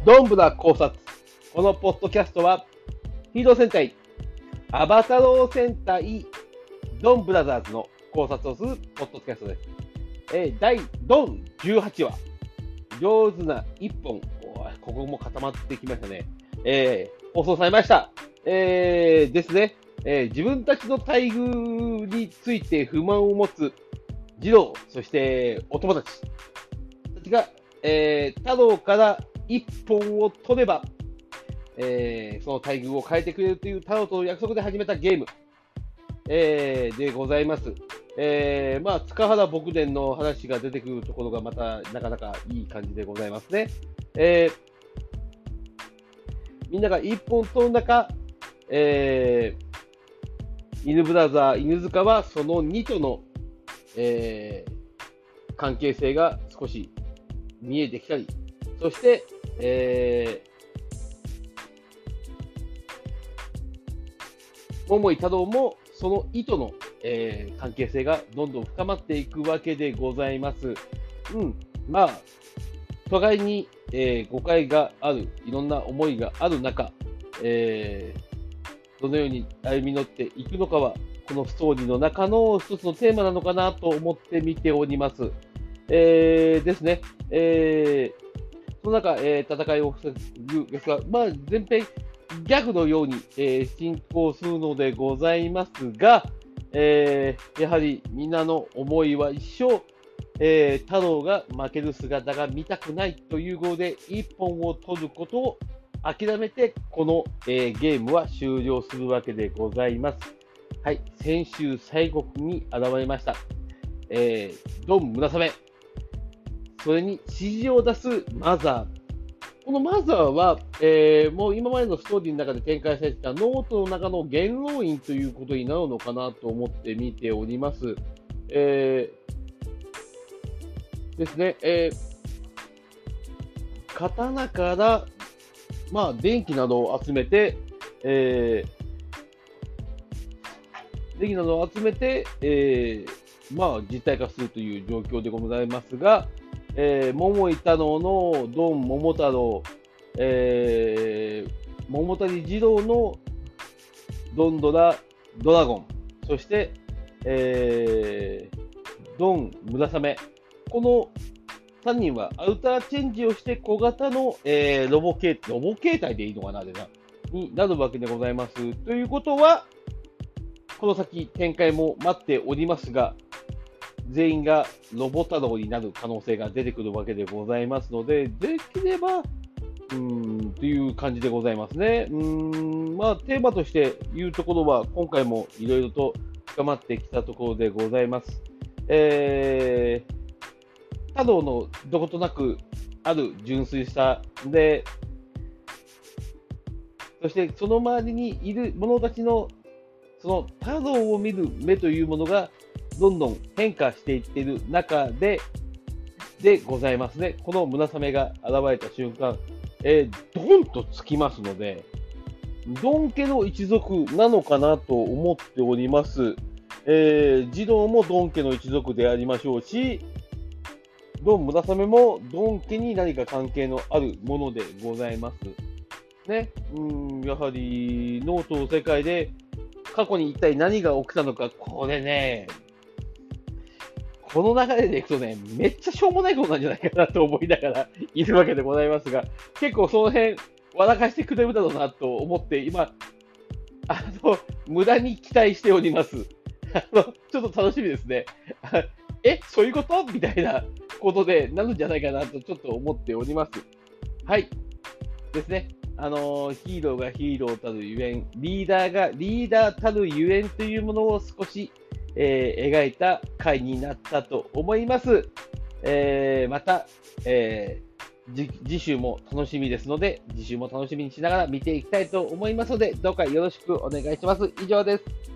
ドンブラ考察。このポッドキャストは、ヒーロー戦隊、アバタロー戦隊、ドンブラザーズの考察をするポッドキャストです。第ドン18話、上手な一本、ここも固まってきましたね。放送されました。ですね、自分たちの待遇について不満を持つ児童、そしてお友達たちが、太郎から一本を取れば、その待遇を変えてくれるという太郎との約束で始めたゲーム、でございます。塚原牧伝の話が出てくるところがまたなかなかいい感じでございますね。みんなが一本取る中、犬ブラザー、犬塚はその2との、関係性が少し見えてきたり、そして、桃井太郎もその意図の、関係性がどんどん深まっていくわけでございます。互いに、誤解がある、いろんな思いがある中、どのように歩み寄っていくのかは、このストーリーの中の一つのテーマなのかなと思って見ております。ですね。その中、戦いを防ぐですが、前編、ギャグのように、進行するのでございますが、やはりみんなの思いは一生、太郎が負ける姿が見たくないということで、一本を取ることを諦めて、この、ゲームは終了するわけでございます。はい、先週最後に現れました。ドン村雨。それに指示を出すマザー。このマザーは、もう今までのストーリーの中で展開されていたノートの中の元老院ということになるのかなと思って見ております。ですね、刀から、電気などを集めて、実体化するという状況でございますが、桃井太郎のドン桃太郎、桃谷二郎のドンドラドラゴン、そして、ドン村雨、この3人はアウターチェンジをして小型の、ロボ形態でいいのかなになるわけでございます。ということは、この先展開も待っておりますが、全員がロボ太郎になる可能性が出てくるわけでございますので、できれば、という感じでございますね。テーマとして言うところは、今回もいろいろと深まってきたところでございます。太郎のどことなくある純粋さで、そしてその周りにいる者たちのその太郎を見る目というものがどんどん変化していっている中でございますね。この村雨が現れた瞬間、ドンとつきますので、ドン家の一族なのかなと思っております。児童もドン家の一族でありましょうし、ドン村雨もドン家に何か関係のあるものでございます。ね。やはりノートの世界で過去に一体何が起きたのか、これね、この流れでいくとね、めっちゃしょうもないことなんじゃないかなと思いながらいるわけでございますが、結構その辺、笑かしてくれるだろうなと思って、今、無駄に期待しております。ちょっと楽しみですね。そういうことみたいなことでなるんじゃないかなとちょっと思っております。はい。ですね。ヒーローがヒーローたるゆえん、リーダーがリーダーたるゆえんというものを少し、描いた回になったと思います。また、次週も楽しみですので、次週も楽しみにしながら見ていきたいと思いますので、どうかよろしくお願いします。以上です。